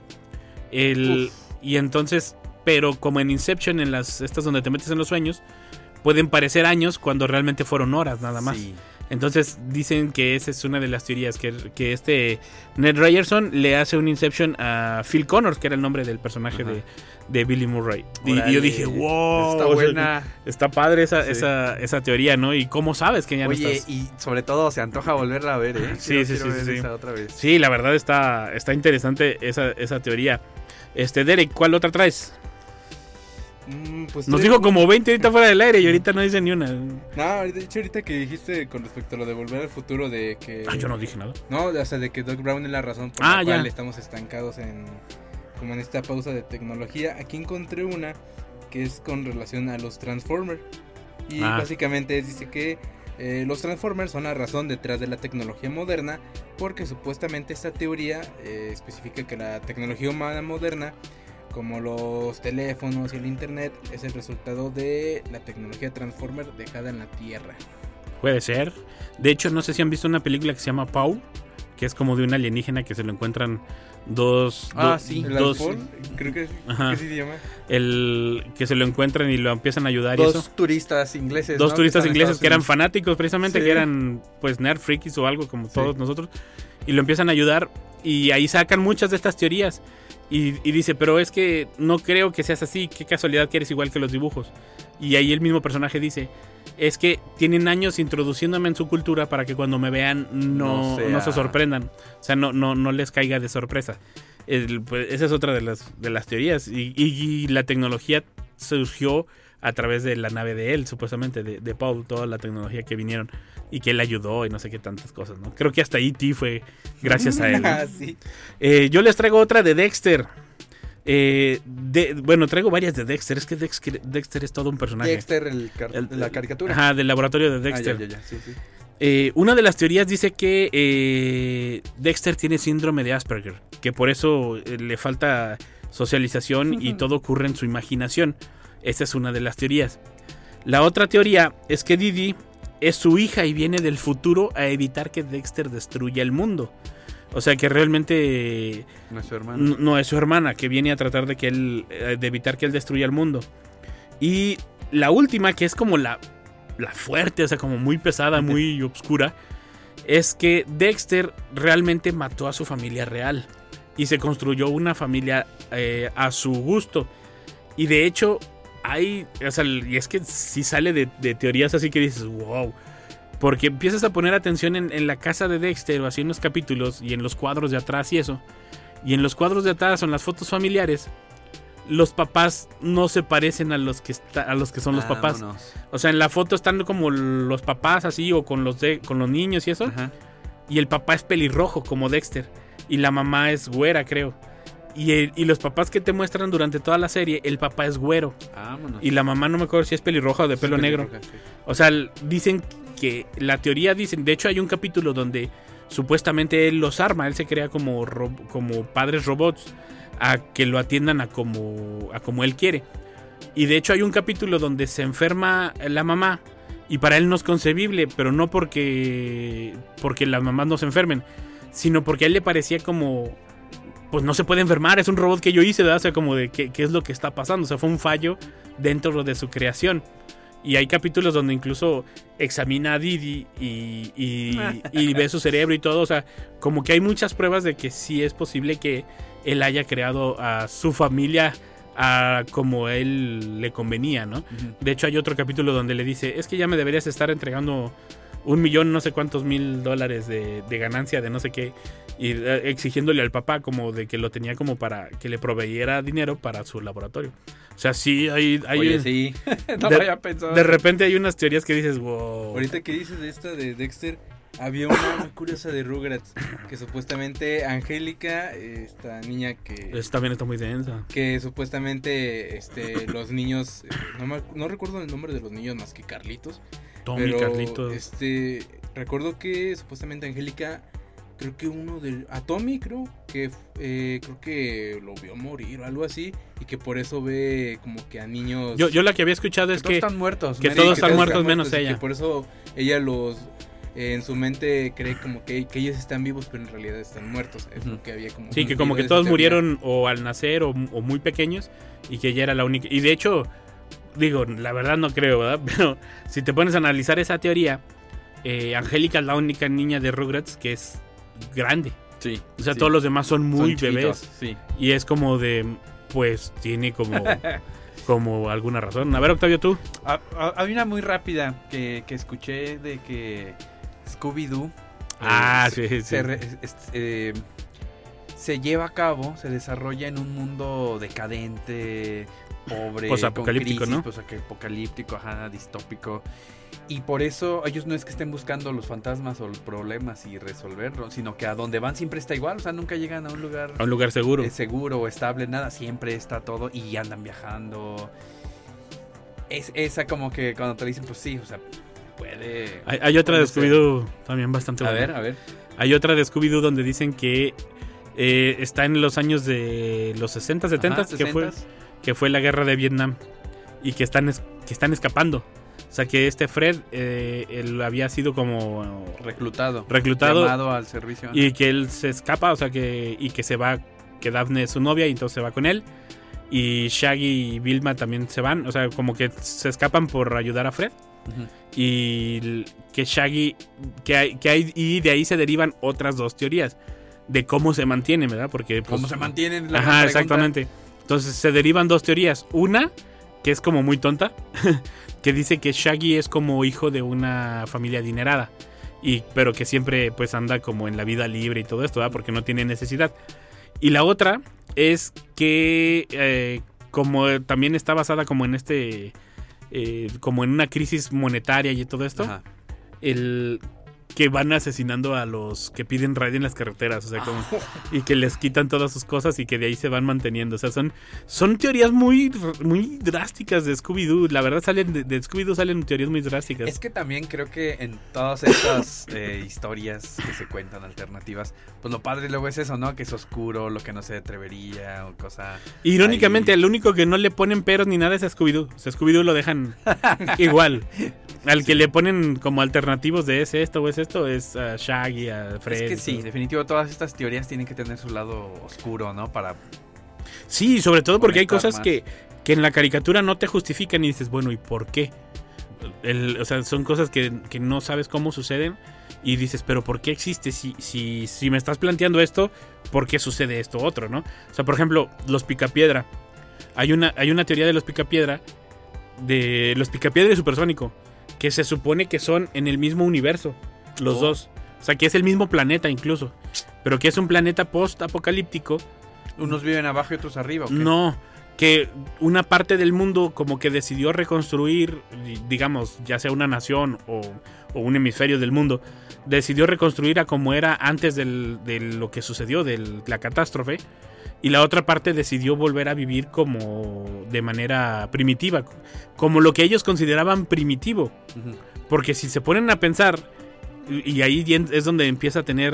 Y entonces, pero como en Inception, en estas donde te metes en los sueños, pueden parecer años cuando realmente fueron horas nada más. Sí. Entonces dicen que esa es una de las teorías, que este Ned Ryerson le hace un Inception a Phil Connors, que era el nombre del personaje de Billy Murray. Y yo dije, wow, está buena. Está padre esa teoría, ¿no? Y cómo sabes que ya no estás. Oye, y sobre todo se antoja volverla a ver, ¿eh? Sí. Otra vez. Sí, la verdad está interesante esa teoría. Derek, ¿cuál otra traes? Pues nos dijo como 20 ahorita fuera del aire y ahorita no dice ni una. No, de hecho ahorita que dijiste con respecto a lo de Volver al Futuro de que... yo no dije nada. No, o sea, de que Doc Brown es la razón por la cual estamos estancados como en esta pausa de tecnología. Aquí encontré una que es con relación a los Transformers. Y básicamente dice que los Transformers son la razón detrás de la tecnología moderna, porque supuestamente esta teoría especifica que la tecnología humana moderna, como los teléfonos y el internet, es el resultado de la tecnología Transformer dejada en la Tierra. Puede ser. De hecho, no sé si han visto una película que se llama Paul, que es como de un alienígena que se lo encuentran dos creo que sí se llama. Que se lo encuentran y lo empiezan a ayudar. Dos turistas ingleses. Dos turistas ingleses que eran fanáticos precisamente, que eran pues nerd freakies o algo como todos nosotros, y lo empiezan a ayudar y ahí sacan muchas de estas teorías. Y dice, pero es que no creo que seas así, qué casualidad que eres igual que los dibujos. Y ahí el mismo personaje dice, es que tienen años introduciéndome en su cultura para que cuando me vean no se sorprendan. O sea, no les caiga de sorpresa. Pues, esa es otra de las teorías. Y la tecnología surgió a través de la nave de él, supuestamente, de Paul, toda la tecnología que vinieron y que él ayudó y no sé qué tantas cosas, ¿no? Creo que hasta E.T. fue gracias a él, ¿no? Sí. Yo les traigo otra de Dexter. Traigo varias de Dexter. Es que Dexter es todo un personaje. Dexter, la caricatura. Ajá, del laboratorio de Dexter. Ya. Sí. Una de las teorías dice que Dexter tiene síndrome de Asperger, que por eso le falta socialización y todo ocurre en su imaginación. Esa es una de las teorías. La otra teoría es que Didi es su hija y viene del futuro a evitar que Dexter destruya el mundo. O sea que realmente no es su hermana. No es su hermana, que viene a tratar de evitar que él destruya el mundo. Y la última, que es como la fuerte, o sea, como muy pesada, muy oscura, es que Dexter realmente mató a su familia real y se construyó una familia a su gusto. Y de hecho y es que sí sale de teorías así que dices, wow. Porque empiezas a poner atención en la casa de Dexter o así en los capítulos y en los cuadros de atrás y eso. Y en los cuadros de atrás, en las fotos familiares, los papás no se parecen a los que son los papás. Vámonos. O sea, en la foto están como los papás así o con los niños y eso. Ajá. Y el papá es pelirrojo como Dexter y la mamá es güera, creo. Y los papás que te muestran durante toda la serie, el papá es güero. Vámonos. Y la mamá no me acuerdo si es pelirroja o de pelo negro. Sí. O sea, dicen que la teoría de hecho hay un capítulo donde supuestamente él los arma, él se crea como padres robots a que lo atiendan a como él quiere. Y de hecho hay un capítulo donde se enferma la mamá y para él no es concebible, pero no porque las mamás no se enfermen, sino porque a él le parecía como, pues no se puede enfermar, es un robot que yo hice, ¿verdad? O sea, como de qué es lo que está pasando, o sea, fue un fallo dentro de su creación. Y hay capítulos donde incluso examina a Didi y ve su cerebro y todo. O sea, como que hay muchas pruebas de que sí es posible que él haya creado a su familia como a él le convenía, ¿no? Uh-huh. De hecho, hay otro capítulo donde le dice, es que ya me deberías estar entregando 1,000,000, no sé cuántos $1,000 de ganancia de no sé qué. Y exigiéndole al papá como de que lo tenía como para que le proveyera dinero para su laboratorio. O sea, sí, hay Oye, sí. No lo había pensado. De repente hay unas teorías que dices, wow. Ahorita que dices de esta de Dexter, había una muy curiosa de Rugrats, que supuestamente Angélica, esta niña que... Esa también está muy densa. Que supuestamente los niños, no recuerdo el nombre de los niños más que Carlitos. Tommy, pero, Carlitos. Recuerdo que supuestamente Angélica... Creo que a Tommy creo que lo vio morir o algo así, y que por eso ve como que a niños... Yo la que había escuchado es que todos están muertos. Que todos están muertos menos ella. Que por eso ella en su mente cree como que ellos están vivos, pero en realidad están muertos. Es lo que había como... Sí, que como que todos murieron o al nacer o muy pequeños, y que ella era la única... Y de hecho, digo, la verdad no creo, ¿verdad? Pero si te pones a analizar esa teoría, Angélica es la única niña de Rugrats que es grande. Sí. O sea, sí. todos los demás son muy son bebés. Sí. Y es como de, pues, tiene como alguna razón. A ver, Octavio, tú. Hay una muy rápida que escuché de que Scooby-Doo se lleva a cabo, se desarrolla en un mundo decadente, pobre, posapocalíptico, con crisis, ¿no? Posapocalíptico, ajá, distópico. Y por eso ellos no es que estén buscando los fantasmas o los problemas y resolverlos, sino que a donde van siempre está igual. O sea, nunca llegan a un lugar seguro. Seguro o estable, nada. Siempre está todo y andan viajando. Es esa como que cuando te dicen, pues sí, o sea, puede... Hay otra de Scooby-Doo también bastante buena. A ver. Hay otra de Scooby-Doo donde dicen que está en los años de los 60, 70, Ajá, que fue la guerra de Vietnam y que están escapando. O sea, que Fred, él había sido como... Reclutado. Llamado al servicio. Y que él se escapa, o sea, que se va, que Daphne es su novia y entonces se va con él. Y Shaggy y Vilma también se van, o sea, como que se escapan por ayudar a Fred. Uh-huh. Y que Shaggy, y de ahí se derivan otras dos teorías de cómo se mantienen, ¿verdad? Porque... ¿Cómo se mantienen? Ajá, exactamente. Entonces se derivan dos teorías. Una, que es como muy tonta, que dice que Shaggy es como hijo de una familia adinerada, pero que siempre pues anda como en la vida libre y todo esto, ¿verdad? Porque no tiene necesidad. Y la otra es que como también está basada como en como en una crisis monetaria y todo esto, ajá, que van asesinando a los que piden raid en las carreteras, o sea, como, y que les quitan todas sus cosas y que de ahí se van manteniendo. O sea, son teorías muy, muy drásticas de Scooby-Doo. La verdad, de Scooby-Doo salen teorías muy drásticas. Es que también creo que en todas estas historias que se cuentan alternativas, pues lo padre luego es eso, ¿no? Que es oscuro, lo que no se atrevería o cosa... Irónicamente, el único que no le ponen peros ni nada es a Scooby-Doo. O sea, Scooby-Doo lo dejan igual. Al que le ponen como alternativos de esto o es esto, es a Shaggy, a Fred. Es que sí, definitivo, todas estas teorías tienen que tener su lado oscuro, ¿no? Para... Sí, sobre todo porque hay cosas que en la caricatura no te justifican y dices, bueno, ¿y por qué? O sea, son cosas que no sabes cómo suceden y dices, pero ¿por qué existe? Si me estás planteando esto, ¿por qué sucede esto otro, no? O sea, por ejemplo, los Picapiedra. Hay una teoría de los Picapiedra, y Supersónico, que se supone que son en el mismo universo, los dos. O sea, que es el mismo planeta incluso, pero que es un planeta post-apocalíptico. ¿Unos viven abajo y otros arriba? ¿o qué? No, que una parte del mundo como que decidió reconstruir, digamos, ya sea una nación o un hemisferio del mundo, decidió reconstruir a como era antes de lo que sucedió, de la catástrofe, y la otra parte decidió volver a vivir como de manera primitiva, como lo que ellos consideraban primitivo. Uh-huh. Porque si se ponen a pensar, y ahí es donde empieza a tener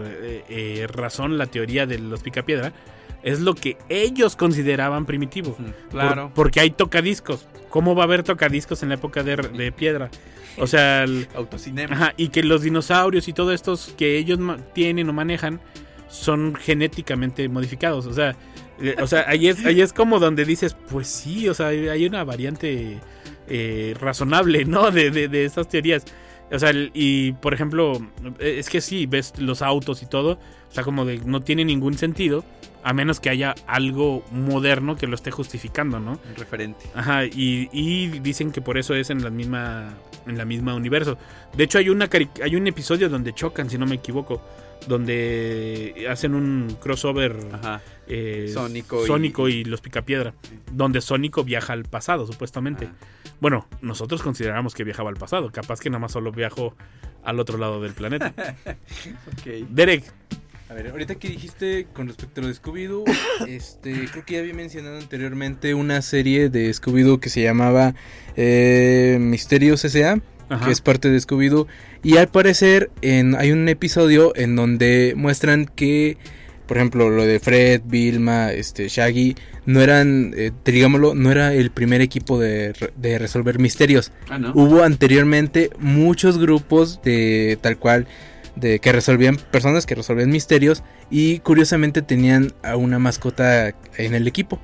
razón la teoría de los Picapiedra, es lo que ellos consideraban primitivo. Claro. Porque hay tocadiscos. ¿Cómo va a haber tocadiscos en la época de piedra? O sea, autocinema. Ajá, y que los dinosaurios y todo estos que ellos tienen o manejan son genéticamente modificados. O sea ahí es como donde dices, pues sí, o sea, hay una variante razonable, ¿no? De estas teorías. O sea, y por ejemplo, es que sí, ves los autos y todo, o sea, como de no tiene ningún sentido, a menos que haya algo moderno que lo esté justificando, ¿no? Un referente. Ajá, y dicen que por eso es en la misma universo. De hecho, hay un episodio donde chocan, si no me equivoco, donde hacen un crossover. Ajá. Sónico y los Picapiedra, sí. Donde Sónico viaja al pasado, supuestamente. Bueno, nosotros consideramos que viajaba al pasado, capaz que nada más solo viajó al otro lado del planeta. Okay. Derek. A ver, ahorita que dijiste con respecto a lo de Scooby-Doo, creo que ya había mencionado anteriormente una serie de Scooby-Doo que se llamaba Misterios S.A., que es parte de Scooby-Doo, y al parecer hay un episodio en donde muestran que, por ejemplo, lo de Fred, Vilma, Shaggy, no eran, digámoslo, no era el primer equipo de resolver misterios. ¿No? Hubo anteriormente muchos grupos de tal cual, que resolvían, personas que resolvían misterios, y curiosamente tenían a una mascota en el equipo.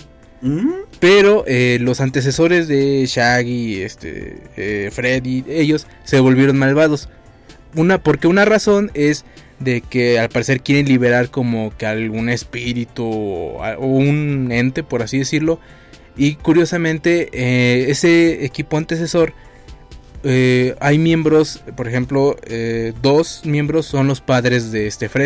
Pero los antecesores de Shaggy, Fred y ellos se volvieron malvados. Porque una razón es de que al parecer quieren liberar como que algún espíritu o un ente, por así decirlo. Y curiosamente ese equipo antecesor, hay miembros, por ejemplo, 2 miembros son los padres de Fred.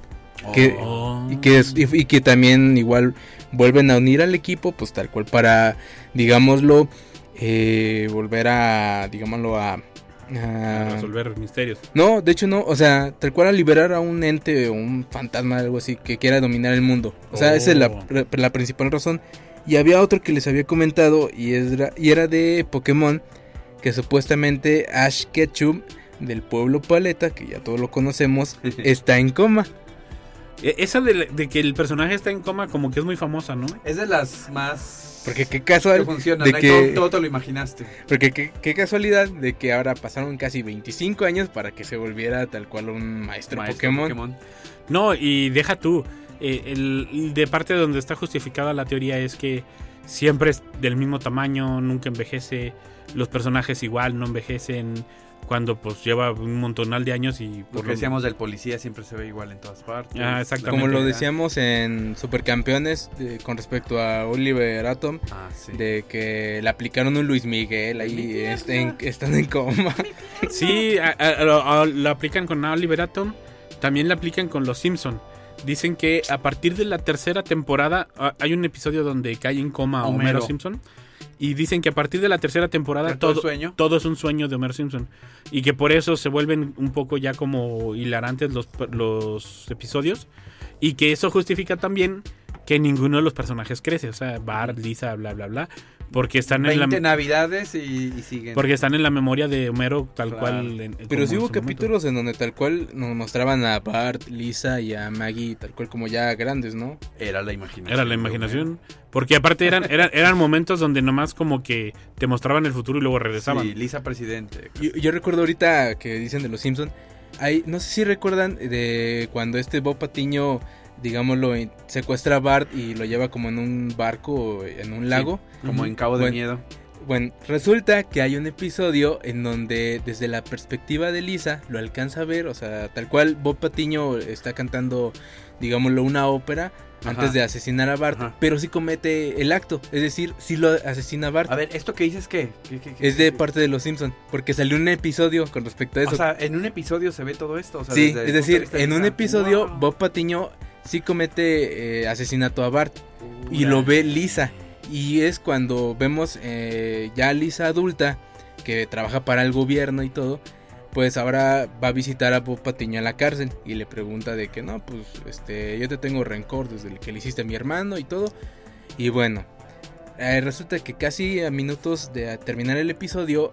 Y que también igual vuelven a unir al equipo, pues tal cual para, digámoslo, volver a, digámoslo, a resolver misterios. No, de hecho no, o sea, tal cual a liberar a un ente o un fantasma, algo así, que quiera dominar el mundo. O sea, esa es la principal razón. Y había otro que les había comentado y era de Pokémon, que supuestamente Ash Ketchum del pueblo Paleta, que ya todos lo conocemos, está en coma. Esa de que el personaje está en coma como que es muy famosa, ¿no? Es de las más... Porque qué casual que funciona, de ¿no? que todo te lo imaginaste. Porque qué casualidad de que ahora pasaron casi 25 años para que se volviera tal cual un maestro Pokémon. No, y deja tú, de parte de donde está justificada la teoría es que siempre es del mismo tamaño, nunca envejece, los personajes igual no envejecen, cuando pues lleva un montonal de años y... Lo que decíamos del policía siempre se ve igual en todas partes. Exactamente. Como lo decíamos en Supercampeones con respecto a Oliver Atom, de que le aplicaron un Luis Miguel ahí están en coma. Sí, lo aplican con Oliver Atom, también lo aplican con los Simpson. Dicen que a partir de la 3ª temporada hay un episodio donde cae en coma Homero Simpson. Y dicen que a partir de la 3ª temporada todo es un sueño de Homer Simpson. Y que por eso se vuelven un poco ya como hilarantes los episodios. Y que eso justifica también que ninguno de los personajes crece. O sea, Bart, Lisa, bla, bla, bla. Porque están 20 navidades y siguen. Porque están en la memoria de Homero tal cual. Pero sí hubo capítulos en donde tal cual nos mostraban a Bart, Lisa y a Maggie tal cual como ya grandes, ¿no? Era la imaginación. Era la imaginación. Porque aparte eran momentos donde nomás como que te mostraban el futuro y luego regresaban. Sí, Lisa presidente. Yo recuerdo ahorita que dicen de los Simpson, no sé si recuerdan de cuando Bob Patiño, digámoslo, secuestra a Bart y lo lleva como en un barco, en un lago. Sí, como en Cabo de Miedo. Bueno, resulta que hay un episodio en donde desde la perspectiva de Lisa lo alcanza a ver, o sea, tal cual Bob Patiño está cantando, digámoslo, una ópera antes de asesinar a Bart, pero sí comete el acto, es decir, sí lo asesina a Bart. A ver, ¿esto que dices qué? Es de parte de los Simpson, porque salió un episodio con respecto a eso. O sea, en un episodio se ve todo esto. O sea, sí, es decir, en un episodio Bob Patiño sí comete asesinato a Bart y lo ve Lisa. Y es cuando vemos ya a Lisa adulta, que trabaja para el gobierno y todo, pues ahora va a visitar a Bob Patiño a la cárcel y le pregunta de que no, pues yo te tengo rencor desde el que le hiciste a mi hermano y todo. Y bueno, resulta que casi a minutos de terminar el episodio,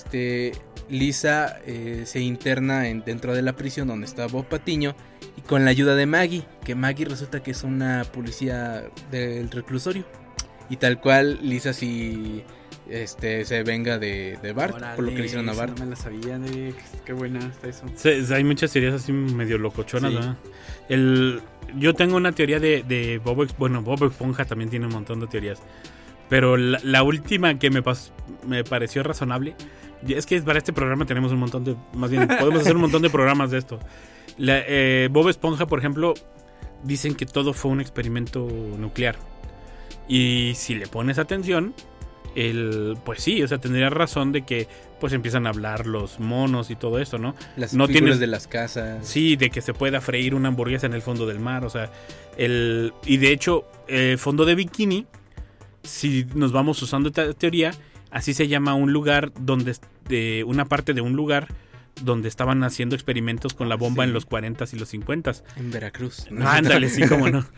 Lisa se interna dentro de la prisión donde está Bob Patiño, y con la ayuda de Maggie, que Maggie resulta que es una policía del reclusorio. Y tal cual Lisa sí se venga de Bart. Órale, por lo que le hicieron a Bart. No me la sabía, qué buena está eso. Sí, hay muchas teorías así medio locochonas, sí. ¿No? Yo tengo una teoría de Bob Esponja también tiene un montón de teorías. Pero la última que me pareció razonable, es que para este programa tenemos un montón de, más bien podemos hacer un montón de programas de esto. Bob Esponja, por ejemplo, dicen que todo fue un experimento nuclear. Y si le pones atención, pues sí, o sea, tendría razón de que pues empiezan a hablar los monos y todo esto, ¿no? Las no figuras de las casas. Sí, de que se pueda freír una hamburguesa en el fondo del mar, o sea, y de hecho, el fondo de bikini, si nos vamos usando esta teoría, así se llama un lugar una parte de un lugar donde estaban haciendo experimentos con la bomba, sí, en los 40s y los 50s. En Veracruz. No, ándale, sí, cómo no.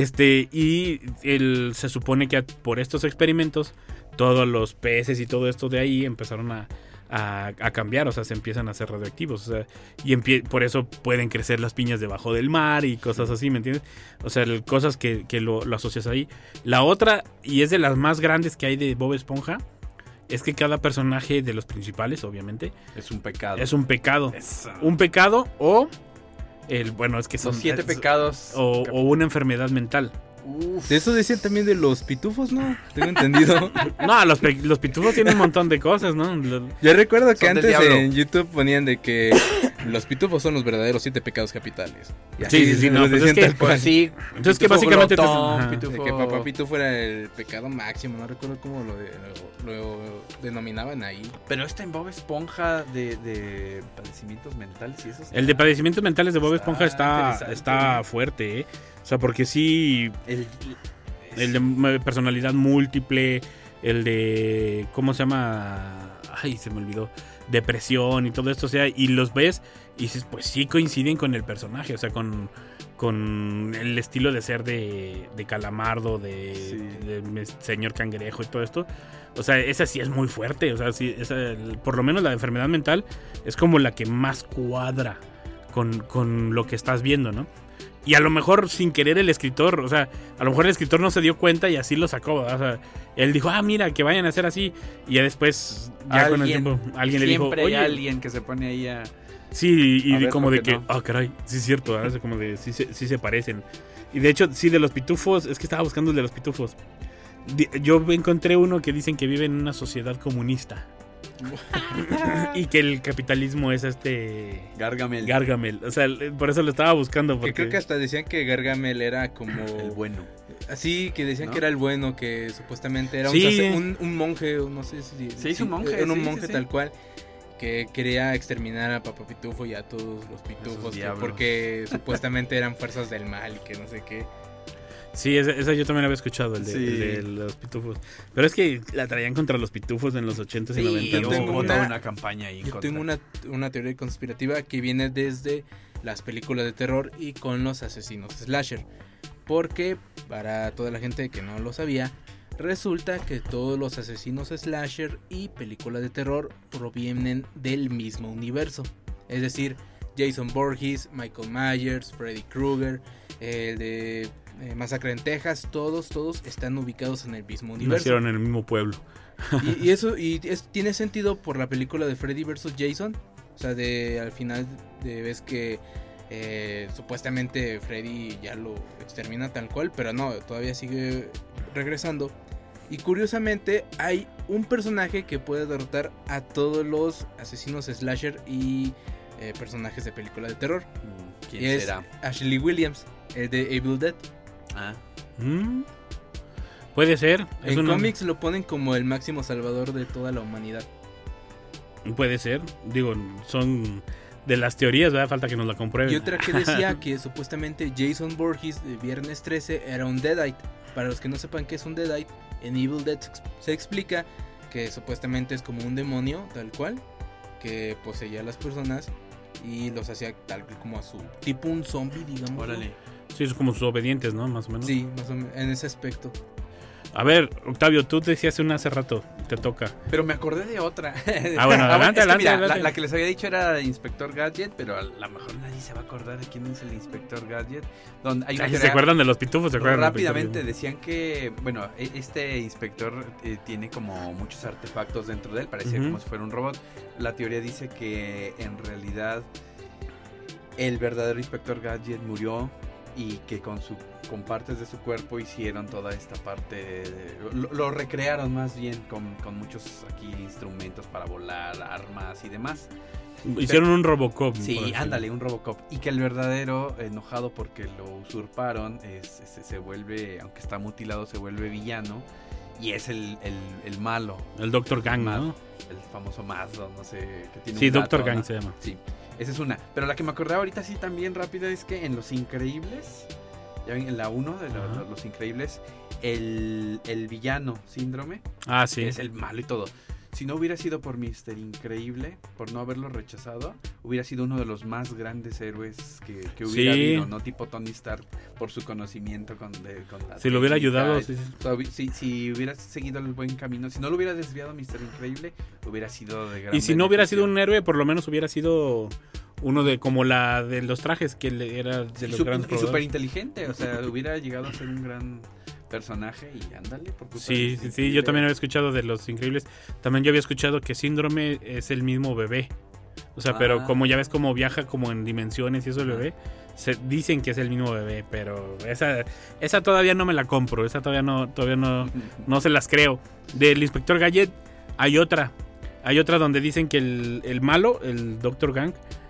Y se supone que por estos experimentos todos los peces y todo esto de ahí empezaron a cambiar, o sea, se empiezan a hacer radioactivos, o sea, y por eso pueden crecer las piñas debajo del mar y cosas así, ¿me entiendes? O sea, cosas que lo asocias ahí. La otra, y es de las más grandes que hay de Bob Esponja, es que cada personaje de los principales, obviamente, es un pecado. Es un pecado. Un pecado o es que son 7 pecados o una enfermedad mental. Uf. De eso decían también de los pitufos, ¿no? Tengo entendido. No, los pitufos tienen un montón de cosas, ¿no? Yo recuerdo que antes en YouTube ponían de que los pitufos son los verdaderos 7 pecados capitales. Y así sí, no, pues es que, pues sí. Entonces que básicamente de que Papá Pitufo era el pecado máximo, no recuerdo cómo lo denominaban ahí. Pero está en Bob Esponja de padecimientos mentales y eso. El de padecimientos mentales de Bob Esponja está fuerte, ¿eh? O sea, porque sí, el de personalidad múltiple, el de, ¿cómo se llama? Ay, se me olvidó. Depresión y todo esto, o sea, y los ves y dices, pues sí coinciden con el personaje, o sea, con el estilo de ser de Calamardo, de Señor Cangrejo y todo esto. O sea, esa sí es muy fuerte, o sea, sí, por lo menos la enfermedad mental es como la que más cuadra con lo que estás viendo, ¿no? Y a lo mejor sin querer el escritor, o sea, a lo mejor el escritor no se dio cuenta y así lo sacó, ¿verdad? O sea, él dijo, mira, que vayan a hacer así. Y ya después, con el tiempo, alguien le dijo, oye, hay alguien que se pone ahí a... Sí, y como de que, caray, sí es cierto, ¿verdad? O sea, como de, sí se parecen. Y de hecho, sí, de los pitufos, es que estaba buscando el de los pitufos. Yo encontré uno que dicen que vive en una sociedad comunista. Y que el capitalismo es Gargamel. O sea, por eso lo estaba buscando. Porque... Que creo que hasta decían que Gargamel era como el bueno. Así que decían, ¿no?, que era el bueno, que supuestamente era un monje, no sé si... Se hizo un monje. Era un monje tal cual, que quería exterminar a Papá Pitufo y a todos los pitufos, porque supuestamente eran fuerzas del mal y que no sé qué. Sí, esa yo también había escuchado, el de los pitufos. Pero es que la traían contra los pitufos en los 80s y 90s. Yo tengo una campaña ahí. Yo tengo una teoría conspirativa que viene desde las películas de terror y con los asesinos slasher. Porque, para toda la gente que no lo sabía, resulta que todos los asesinos slasher y películas de terror provienen del mismo universo. Es decir, Jason Voorhees, Michael Myers, Freddy Krueger, el de... Masacre en Texas, todos están ubicados en el mismo universo. Nacieron en el mismo pueblo. y eso tiene sentido por la película de Freddy vs. Jason. O sea, al final ves que supuestamente Freddy ya lo extermina tal cual, pero no, todavía sigue regresando. Y curiosamente hay un personaje que puede derrotar a todos los asesinos slasher y personajes de película de terror. ¿Quién será? Ashley Williams, el de Evil Dead. Puede ser. En cómics lo ponen como el máximo salvador de toda la humanidad. Puede ser. Digo, son de las teorías, ¿verdad? Falta que nos la comprueben. Y otra que decía que supuestamente Jason Voorhees de Viernes 13 era un Deadite. Para los que no sepan qué es un Deadite, En Evil Dead se explica que supuestamente es como un demonio, tal cual, que poseía a las personas y los hacía tal como a su tipo un zombie, digamos. Órale. Sí, es como sus obedientes, ¿no? Más o menos. Sí, más o menos en ese aspecto. A ver, Octavio, tú decías una hace rato, te toca. Pero me acordé de otra. Bueno, adelante, es que mira, adelante. La que les había dicho era Inspector Gadget, pero a lo mejor nadie se va a acordar de quién es el Inspector Gadget. Donde hay una ¿Se acuerdan de los pitufos? ¿Se acuerdan? Rápidamente decían que, bueno, este inspector tiene como muchos artefactos dentro de él, parecía como si fuera un robot. La teoría dice que en realidad el verdadero Inspector Gadget murió y que con partes de su cuerpo hicieron toda esta parte, lo recrearon más bien con muchos aquí instrumentos para volar, armas y demás. Hicieron un Robocop. Sí, ándale, un Robocop. Y que el verdadero, enojado porque lo usurparon, se vuelve, aunque está mutilado, se vuelve villano. Y es el malo. El Dr. Gang, ¿no? El famoso Mazdo, no sé. Que tiene sí, un gato, Dr. Gang, ¿no? Se llama. Sí, esa es una. Pero la que me acordé ahorita sí también rápida es que en Los Increíbles, ya ven, en la 1 de Los Increíbles, el villano Síndrome, sí, es el malo y todo. Si no hubiera sido por Mr. Increíble, por no haberlo rechazado, hubiera sido uno de los más grandes héroes que hubiera habido, ¿no? Tipo Tony Stark, por su conocimiento con la si lo hubiera ayudado, si hubiera seguido el buen camino, si no lo hubiera desviado Mr. Increíble, hubiera sido de gran Y si no hubiera sido un héroe, por lo menos hubiera sido uno de como la de los trajes, que era de los grandes. Y súper inteligente, o sea, hubiera llegado a ser un gran personaje y ándale. Sí, yo también había escuchado de Los Increíbles. También yo había escuchado que Síndrome es el mismo bebé. O sea, pero como ya ves cómo viaja como en dimensiones y eso el bebé, dicen que es el mismo bebé, pero esa todavía no me la compro, esa todavía no se las creo. Del Inspector Gadget hay otra donde dicen que el malo, el Dr. Gang,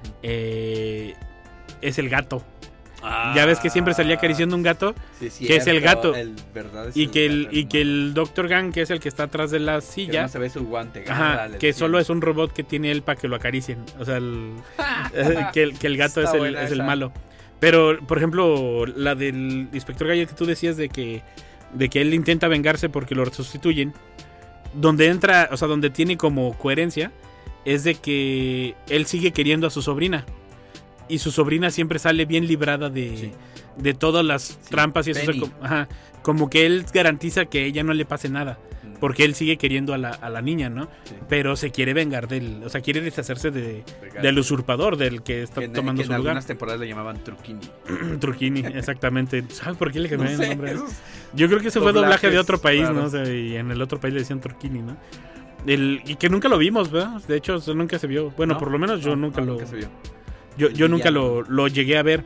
es el gato. Ya ves que siempre salía acariciando un gato, que es el gato. Y que el Dr. Gang, que es el que está atrás de la silla, que no se ve su guante. Que solo es un robot que tiene él para que lo acaricien. O sea, que el gato es el malo. Pero, por ejemplo, la del Inspector Gadget que tú decías de que él intenta vengarse porque lo sustituyen, donde entra, o sea, donde tiene como coherencia, es de que él sigue queriendo a su sobrina. Y su sobrina siempre sale bien librada de todas las trampas y eso. Como que él garantiza que a ella no le pase nada. Porque él sigue queriendo a la niña, ¿no? Sí. Pero se quiere vengar de él. O sea, quiere deshacerse del usurpador, del que está tomando su lugar. En algunas temporadas le llamaban Truquini. Truquini, exactamente. ¿Sabes por qué le cambiaron el nombre? Yo creo que ese fue doblaje de otro país, claro. ¿No? O sea, y en el otro país le decían Truquini, ¿no? Y que nunca lo vimos, ¿verdad? De hecho, nunca se vio. Bueno, por lo menos yo nunca se vio. Yo nunca lo llegué a ver.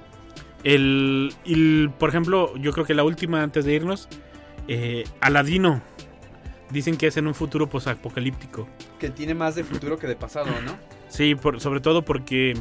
Por ejemplo, yo creo que la última antes de irnos, Aladino. Dicen que es en un futuro posapocalíptico. Que tiene más de futuro que de pasado, ¿no? Sí, sobre todo porque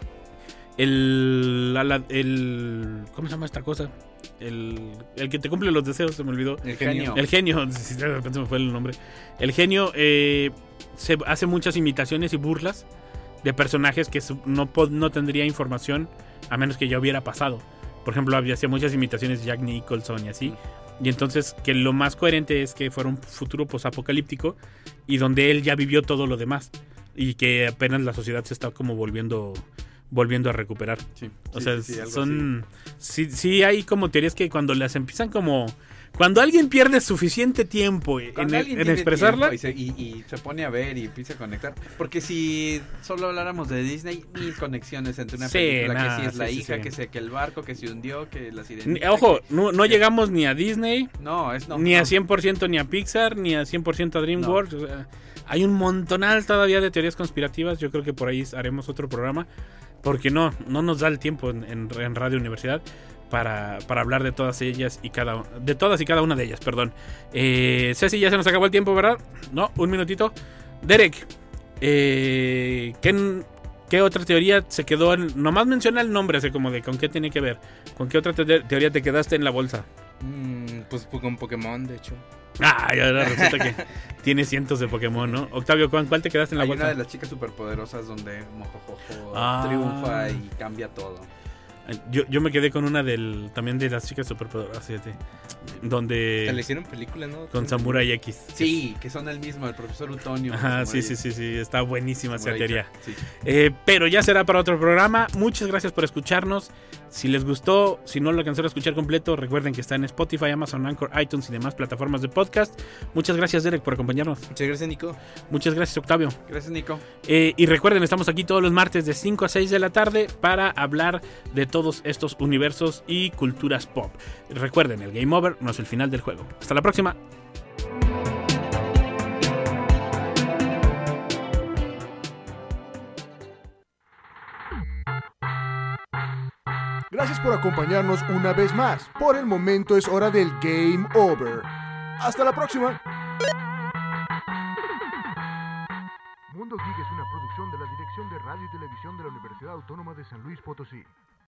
¿cómo se llama esta cosa? El que te cumple los deseos, se me olvidó. El genio. El genio, de repente me fue el nombre. El genio se hace muchas imitaciones y burlas de personajes que no tendría información a menos que ya hubiera pasado. Por ejemplo, hacía muchas imitaciones de Jack Nicholson y así. Y entonces que lo más coherente es que fuera un futuro posapocalíptico y donde él ya vivió todo lo demás y que apenas la sociedad se está como volviendo a recuperar. Sí, o sea, sí hay como teorías que cuando las empiezan como... Cuando alguien pierde suficiente tiempo en expresarla... Y se pone a ver y empieza a conectar. Porque si solo habláramos de Disney, mil conexiones entre una película, que si es la hija, que el barco, que se hundió, que la sirenita... Ojo, no llegamos ni a Disney, ni a 100% ni a Pixar, ni a 100% a DreamWorks. O sea, hay un montonal todavía de teorías conspirativas. Yo creo que por ahí haremos otro programa. Porque no nos da el tiempo en Radio Universidad para hablar de todas ellas y cada una de ellas, perdón. Ceci, ya se nos acabó el tiempo, ¿verdad? No, un minutito. Derek, ¿qué otra teoría se quedó? Nomás menciona el nombre, así como de con qué tiene que ver. ¿Con qué otra teoría te quedaste en la bolsa? Pues con Pokémon, de hecho. Y ahora resulta que tiene cientos de Pokémon, ¿no? Octavio, ¿cuál te quedaste en la bolsa? Hay una de las chicas superpoderosas donde Mojojojo triunfa y cambia todo. Yo me quedé con una también de las chicas superpoderosas, fíjate, donde hasta le hicieron película, ¿no? Con Samurai X. Sí, que son el mismo, el profesor Utonio. Ajá, sí, está buenísima esa teoría. Sí. Pero ya será para otro programa. Muchas gracias por escucharnos. Si les gustó, si no lo alcanzaron a escuchar completo, recuerden que está en Spotify, Amazon, Anchor, iTunes y demás plataformas de podcast. Muchas gracias, Derek, por acompañarnos. Muchas gracias, Nico. Muchas gracias, Octavio. Gracias, Nico. Y recuerden, estamos aquí todos los martes de 5 a 6 de la tarde para hablar de todos estos universos y culturas pop. Recuerden, el Game Over no es el final del juego. Hasta la próxima. Gracias por acompañarnos una vez más. Por el momento es hora del Game Over. ¡Hasta la próxima! Mundo Geek es una producción de la Dirección de Radio y Televisión de la Universidad Autónoma de San Luis Potosí.